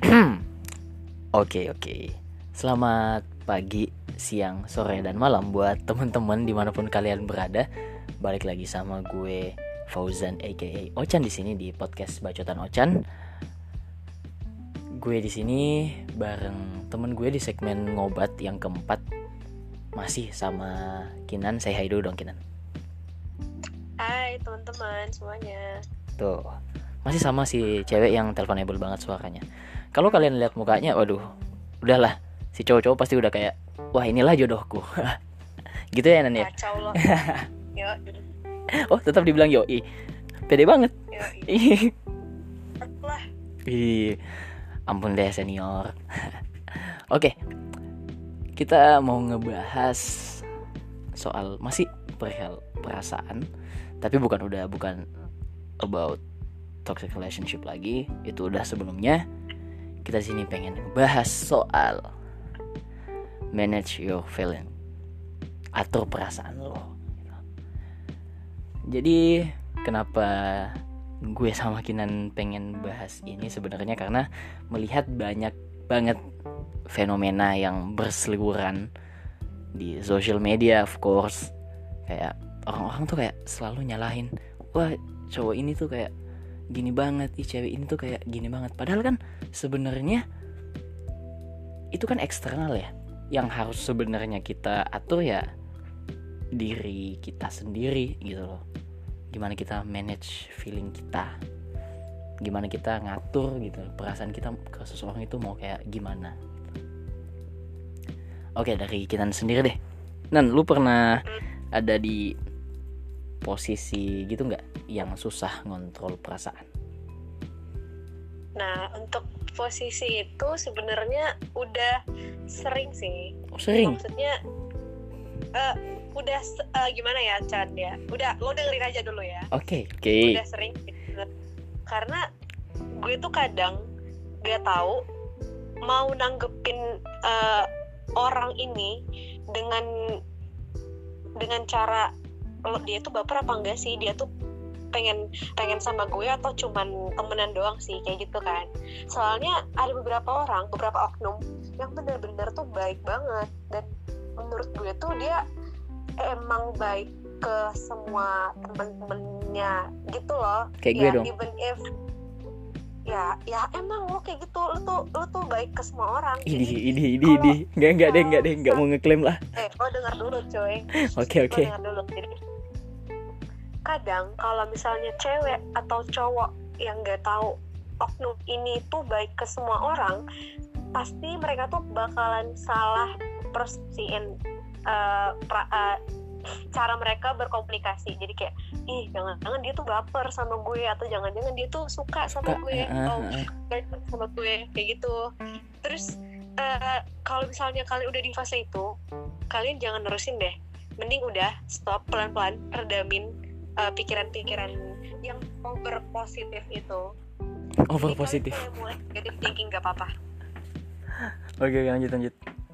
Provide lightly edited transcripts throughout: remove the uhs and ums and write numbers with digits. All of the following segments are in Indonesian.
Oke. Selamat pagi, siang, sore, dan malam buat teman-teman dimanapun kalian berada. Balik lagi sama gue Fauzan aka Ocan di sini di podcast Bacotan Ocan. Gue di sini bareng temen gue di segmen ngobat yang keempat. Masih sama Kinan. Say hi dulu dong, Kinan. Hai teman-teman semuanya. Tuh, masih sama si cewek yang teleponable banget suaranya. Kalau kalian lihat mukanya, waduh, udahlah, si cowok-cowok pasti udah kayak, wah inilah jodohku. Gitu ya Nan ya? Kacau loh. Yo, Oh, tetap dibilang yoi. Pede banget. yo. Lah. Ih, ampun deh senior. Oke, kita mau ngebahas soal masih perihal perasaan, tapi bukan about toxic relationship lagi. Itu udah sebelumnya. Kita di sini pengen bahas soal manage your feeling, atur perasaan lo. Jadi kenapa gue sama Kinan pengen bahas ini sebenarnya karena melihat banyak banget fenomena yang berseliweran di social media, of course. Kayak orang-orang tuh kayak selalu nyalahin, wah cowok ini tuh kayak gini banget, cewek ini tuh kayak gini banget. Padahal kan sebenarnya itu kan eksternal ya. Yang harus sebenarnya kita atur ya diri kita sendiri gitu loh. Gimana kita manage feeling kita, gimana kita ngatur gitu perasaan kita ke seseorang itu mau kayak gimana gitu. Oke, dari Kinan sendiri deh. Nan, lu pernah ada di posisi gitu nggak yang susah ngontrol perasaan? Nah, untuk posisi itu sebenarnya udah sering sih. Sering? Maksudnya udah gimana ya Chan ya? Udah, lo dengerin aja dulu ya. Oke. Udah sering gitu. Karena gue tuh kadang gak tahu mau nanggepin orang ini dengan cara dia tuh baper apa enggak sih, dia tuh pengen sama gue atau cuman temenan doang sih, kayak gitu kan. Soalnya ada beberapa oknum yang benar-benar tuh baik banget, dan menurut gue tuh dia emang baik ke semua temen-temennya gitu loh. Kayak gue dong. Even if ya emang lo kayak gitu, lo tuh baik ke semua orang. Ini enggak mau ngeklaim lah. Lo dengar dulu coy. Oke. Lo dengar dulu. Jadi kadang kalau misalnya cewek atau cowok yang nggak tahu oknum ini tuh baik ke semua orang, pasti mereka tuh bakalan salah persepsiin cara mereka berkomunikasi. Jadi kayak, jangan-jangan dia tuh baper sama gue, atau jangan-jangan dia tuh suka sama gue, atau baik sama gue, kayak gitu. Terus kalau misalnya kalian udah di fase itu, kalian jangan nerusin deh. Mending udah stop, pelan-pelan redamin pikiran-pikiran yang over positif itu. Over positif. Mulai negative thinking gak apa-apa. Oke, lanjut.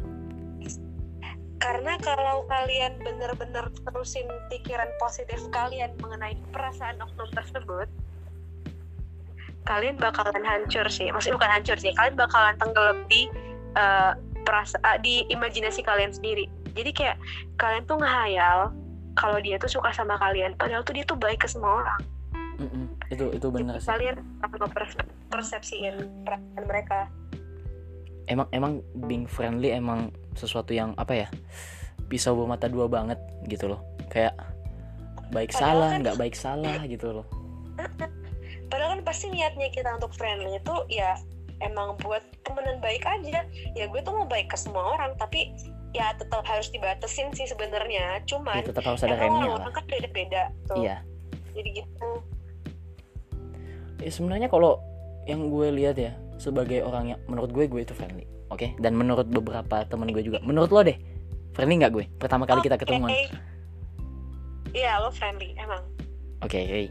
Karena kalau kalian benar-benar terusin pikiran positif kalian mengenai perasaan oknum tersebut, kalian bakalan hancur sih. Maksudnya bukan hancur sih, kalian bakalan tenggelam di di imajinasi kalian sendiri. Jadi kayak kalian tuh ngehayal kalau dia tuh suka sama kalian, padahal tuh dia tuh baik ke semua orang. Itu benar sih. Kalian akan persepsiin perasaan mereka. Emang being friendly emang sesuatu yang apa ya, pisau bermata dua banget gitu loh. Kayak baik salah, nggak baik salah gitu loh. Padahal kan pasti niatnya kita untuk friendly itu ya emang buat temenan baik aja. Ya gue tuh mau baik ke semua orang, tapi ya tetap harus dibatasin sih sebenarnya. Cuman ya, tetap harus ada remnya lah. Orang kan beda-beda tuh. Iya. Jadi gitu. Ya sebenarnya kalau yang gue lihat ya, sebagai orang yang menurut gue itu friendly, oke? Dan menurut beberapa teman gue juga. Menurut lo deh, friendly nggak gue? Pertama kali kita ketemuan. Iya, lo friendly emang. Oke.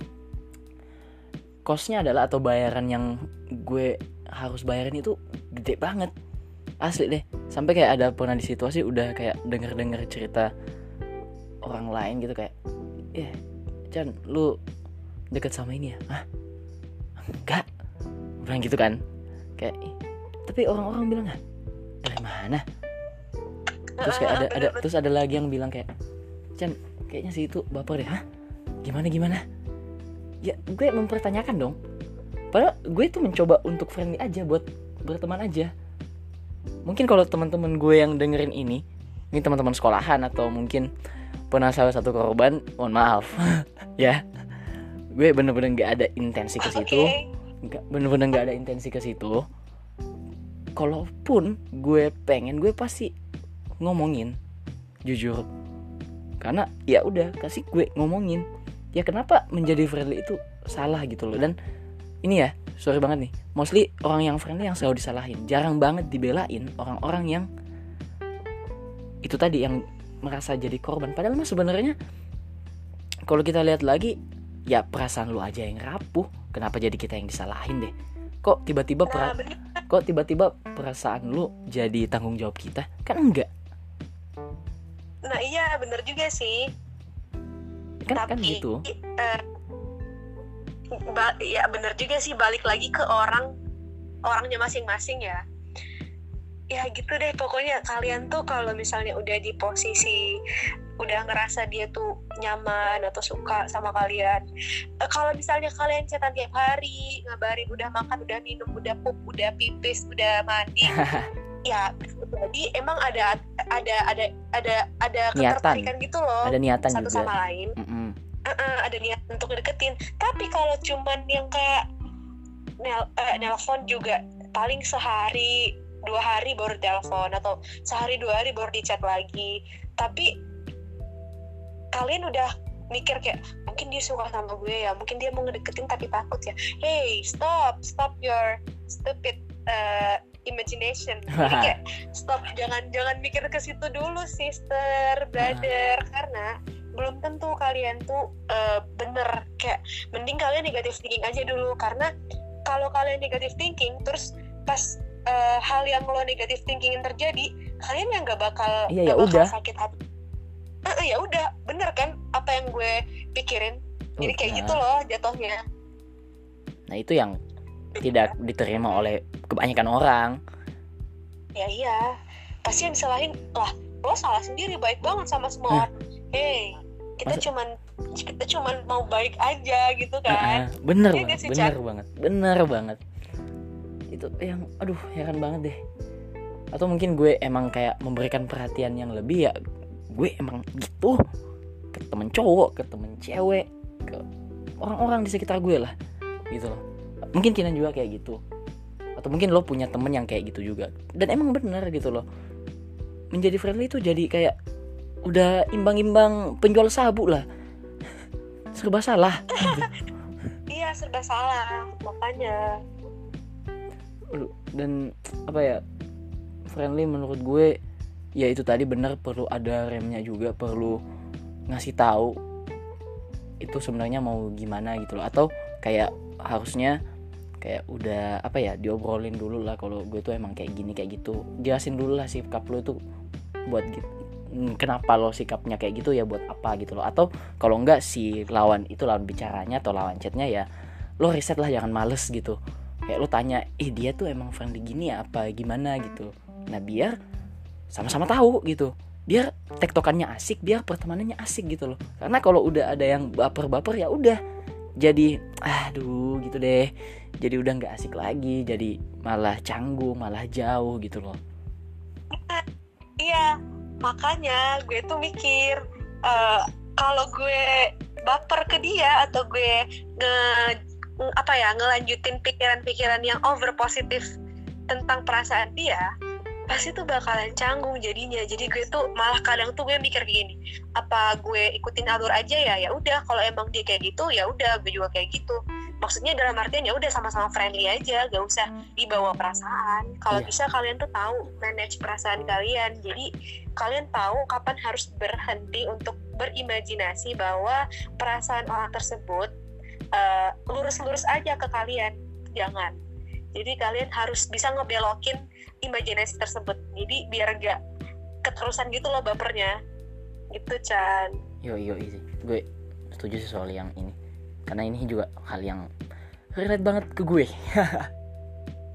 Cost-nya adalah atau bayaran yang gue harus bayarin itu gede banget, asli deh. Sampai kayak ada pernah di situasi udah kayak denger cerita orang lain gitu kayak, Chan, lu deket sama ini ya? Hah? Enggak, bilang gitu kan. kayak tapi orang-orang bilang dari mana, terus kayak terus ada lagi yang bilang kayak Chan kayaknya sih itu baper deh. Gimana ya gue mempertanyakan dong, padahal gue tuh mencoba untuk friendly aja, buat berteman aja. Mungkin kalau teman-teman gue yang dengerin ini teman-teman sekolahan atau mungkin pernah salah satu korban, mohon maaf ya, gue bener-bener nggak ada intensi ke situ, bener-bener nggak ada intensi ke situ. Kalaupun gue pengen, gue pasti ngomongin jujur, karena ya udah kasih gue ngomongin. Ya kenapa menjadi friendly itu salah gitu loh. Dan ini ya, sorry banget nih, mostly orang yang friendly yang selalu disalahin, jarang banget dibelain orang-orang yang itu tadi, yang merasa jadi korban. Padahal mah sebenarnya kalau kita lihat lagi, ya perasaan lu aja yang rapuh, kenapa jadi kita yang disalahin deh? Kok tiba-tiba perasaan lu jadi tanggung jawab kita? Kan enggak. Nah iya bener juga sih. Kan Tapi, gitu. Ya bener juga sih, balik lagi ke orangnya masing-masing ya. Ya gitu deh, pokoknya kalian tuh kalau misalnya udah di posisi udah ngerasa dia tuh nyaman atau suka sama kalian, kalau misalnya kalian chatan tiap hari, ngabarin udah makan, udah minum, udah pup, udah pipis, udah mandi, ya jadi emang ada ketertarikan gitu loh, ada niatan satu juga sama lain. Ada niat untuk deketin. Tapi kalau cuman yang kayak nelpon juga paling sehari 2 hari baru telepon, atau sehari 2 hari baru di chat lagi, tapi kalian udah mikir kayak mungkin dia suka sama gue ya, mungkin dia mau ngedeketin tapi takut ya. Hey, stop your stupid imagination. Jadi kayak stop, jangan mikir ke situ dulu, sister, brother, karena belum tentu kalian tuh bener. Kayak mending kalian negative thinking aja dulu, karena kalau kalian negative thinking terus pas hal yang lo negative thinking yang terjadi, kalian yang nggak bakal sakit hati. Ya udah, bener kan apa yang gue pikirin. Jadi kayak gitu loh jatuhnya. Nah itu yang tidak diterima oleh kebanyakan orang. Ya iya, pasti yang disalahin lah, lo salah sendiri, baik banget sama semua orang. Hey, kita cuman mau baik aja gitu kan. Bener banget itu yang heran banget deh. Atau mungkin gue emang kayak memberikan perhatian yang lebih, ya gue emang gitu ke temen cowok, ke temen cewek, ke orang-orang di sekitar gue lah gitu loh. Mungkin Kinan juga kayak gitu, atau mungkin lo punya temen yang kayak gitu juga. Dan emang bener gitu loh, menjadi friendly itu jadi kayak udah imbang-imbang penjual sabu lah. Serba salah gitu. Iya, serba salah, makanya. Dan apa ya, friendly menurut gue ya itu tadi benar, perlu ada remnya juga, perlu ngasih tahu itu sebenarnya mau gimana gitu loh. Atau kayak harusnya kayak udah apa ya, diobrolin dulu lah, kalau gue tuh emang kayak gini kayak gitu, jelasin dulu lah sikap lo itu buat gitu, kenapa lo sikapnya kayak gitu ya, buat apa gitu loh. Atau kalau enggak si lawan bicaranya atau lawan chatnya, ya lo riset lah, jangan males gitu. Kayak lo tanya, dia tuh emang friendly gini ya apa gimana gitu. Nah biar sama-sama tahu gitu, biar tektokannya asik, biar pertemanannya asik gitu loh. Karena kalau udah ada yang baper-baper, ya udah jadi gitu deh, jadi udah nggak asik lagi, jadi malah canggung, malah jauh gitu loh. Iya, makanya gue tuh mikir kalau gue baper ke dia atau gue ngelanjutin pikiran-pikiran yang over positif tentang perasaan dia, pasti tuh bakalan canggung jadinya. Jadi gue tuh malah kadang tuh gue mikir gini, apa gue ikutin alur aja ya udah, kalau emang dia kayak gitu ya udah, gue juga kayak gitu. Maksudnya dalam artian ya udah sama-sama friendly aja, gak usah dibawa perasaan. Kalau bisa kalian tuh tahu manage perasaan kalian, jadi kalian tahu kapan harus berhenti untuk berimajinasi bahwa perasaan orang tersebut lurus-lurus aja ke kalian, jangan. Jadi kalian harus bisa ngebelokin imajinasi tersebut, jadi biar gak keterusan gitu loh bapernya gitu, Chan. Yo sih, gue setuju sih soal yang ini, karena ini juga hal yang relate banget ke gue.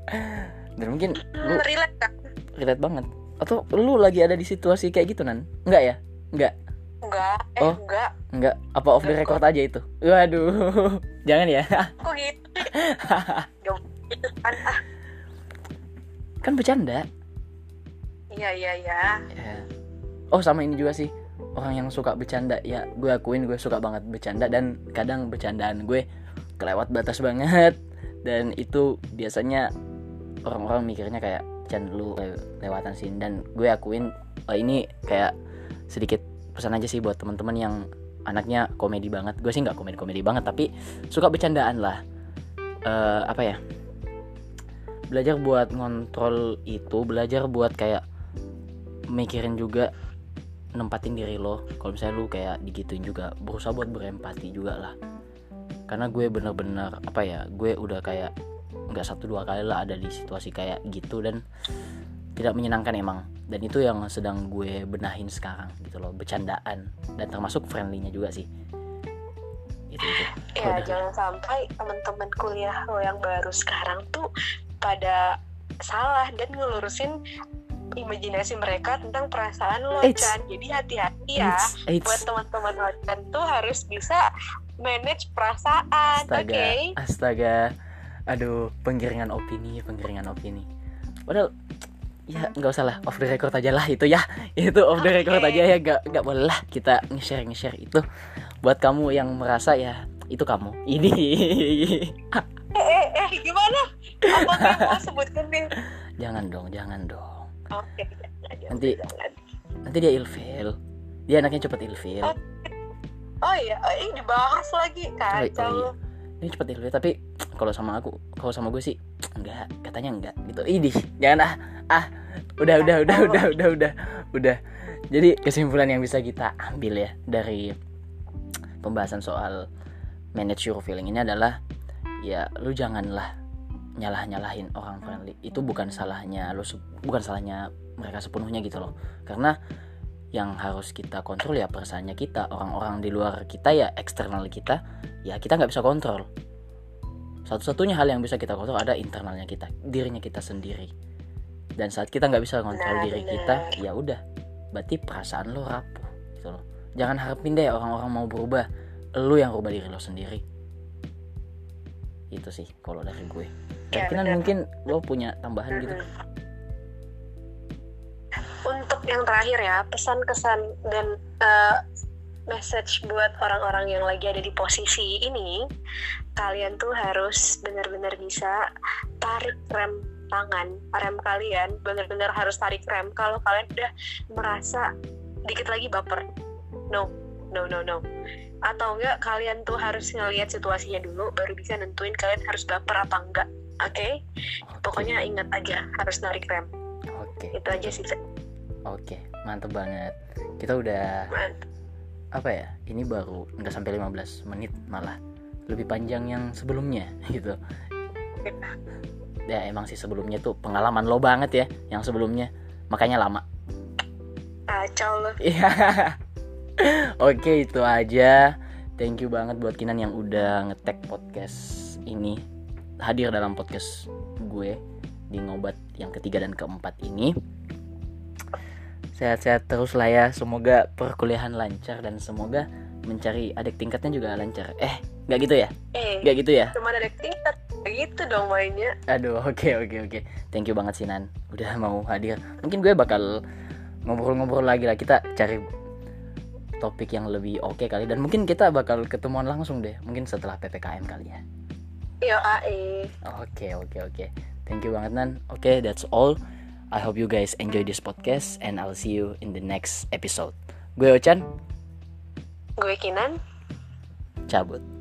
Dan mungkin lu relate kan? relate banget. Atau lu lagi ada di situasi kayak gitu Nan? Enggak ya? Enggak. Enggak. Apa off the record aja itu? Waduh. Jangan ya. Kok gitu? Gak gitu kan. Kan bercanda. Iya. Ya. Oh sama ini juga sih, orang yang suka bercanda. Ya gue akuin gue suka banget bercanda. Dan kadang bercandaan gue kelewat batas banget. Dan itu biasanya orang-orang mikirnya kayak bercanda lu lewatan sih. Dan gue akuin ini kayak sedikit pesan aja sih buat teman-teman yang anaknya komedi banget. Gue sih nggak komedi banget, tapi suka bercandaan lah. Apa ya, belajar buat ngontrol itu, belajar buat kayak mikirin juga, nempatin diri lo. Kalau misalnya lu kayak digituin juga, berusaha buat berempati juga lah. Karena gue bener-bener apa ya, gue udah kayak nggak 1-2 kali lah ada di situasi kayak gitu, dan tidak menyenangkan emang. Dan itu yang sedang gue benahin sekarang gitu loh, bercandaan, dan termasuk friendly-nya juga sih. Itu. Ya jangan sampai teman-teman kuliah lo yang baru sekarang tuh pada salah dan ngelurusin imajinasi mereka tentang perasaan lo, Chan. Jadi hati-hati ya. Buat teman-teman lo, Chan tuh harus bisa manage perasaan. Astaga. Aduh, penggiringan opini. Padahal ya nggak usah lah, off the record aja lah itu ya. Itu off the record aja ya, nggak boleh lah kita nge-share itu. Buat kamu yang merasa ya itu kamu. Ini. Gimana? Apa yang mau sebutkan nih? Jangan dong. Oke. Nanti dia ilfil. Dia anaknya cepet ilfil. Oh iya, ini dibahas lagi kacau. Ini cepet ilfil, tapi kalau sama gue sih enggak, katanya enggak gitu. Idih, jangan udah. Jadi kesimpulan yang bisa kita ambil ya dari pembahasan soal manage your feeling ini adalah ya lu janganlah nyalahin orang friendly. Itu bukan salahnya mereka sepenuhnya gitu loh. Karena yang harus kita kontrol ya perasaannya kita. Orang-orang di luar kita ya, eksternal kita ya kita nggak bisa kontrol. Satu-satunya hal yang bisa kita kontrol ada internalnya kita, dirinya kita sendiri. Dan saat kita nggak bisa kontrol diri kita, ya udah, berarti perasaan lo rapuh gitu loh. Jangan harapin deh orang-orang mau berubah, lo yang rubah diri lo sendiri. Itu sih kalau dari gue. Mungkin lo punya tambahan gitu. Untuk yang terakhir ya, pesan-kesan dan message buat orang-orang yang lagi ada di posisi ini, kalian tuh harus benar-benar bisa tarik rem tangan, rem kalian benar-benar harus tarik rem kalau kalian udah merasa dikit lagi baper. No. Atau enggak, kalian tuh harus ngelihat situasinya dulu baru bisa nentuin kalian harus baper apa enggak. Oke? Pokoknya ingat aja harus narik rem. Itu aja sih. Oke, mantep banget. Kita udah apa ya? Ini baru nggak sampai 15 menit, malah lebih panjang yang sebelumnya gitu. Ya emang sih sebelumnya tuh pengalaman lo banget ya, yang sebelumnya makanya lama. Kacau lo. Iya. Oke, itu aja. Thank you banget buat Kinan yang udah nge-tag podcast ini, hadir dalam podcast gue di Ngobat yang ketiga dan keempat ini. Sehat-sehat terus lah ya. Semoga perkuliahan lancar dan semoga mencari adik tingkatnya juga lancar. Nggak gitu ya? Nggak gitu ya? Cuma adik tingkat, begitu dong mainnya. Aduh, oke. Thank you banget Sinan udah mau hadir. Mungkin gue bakal ngobrol-ngobrol lagi lah. Kita cari topik yang lebih oke kali. Dan mungkin kita bakal ketemuan langsung deh. Mungkin setelah PPKM kali ya. Yo, Oke. Thank you banget Nan. Oke, that's all. I hope you guys enjoy this podcast and I'll see you in the next episode. Gue Ochan. Gue Kinan. Cabut.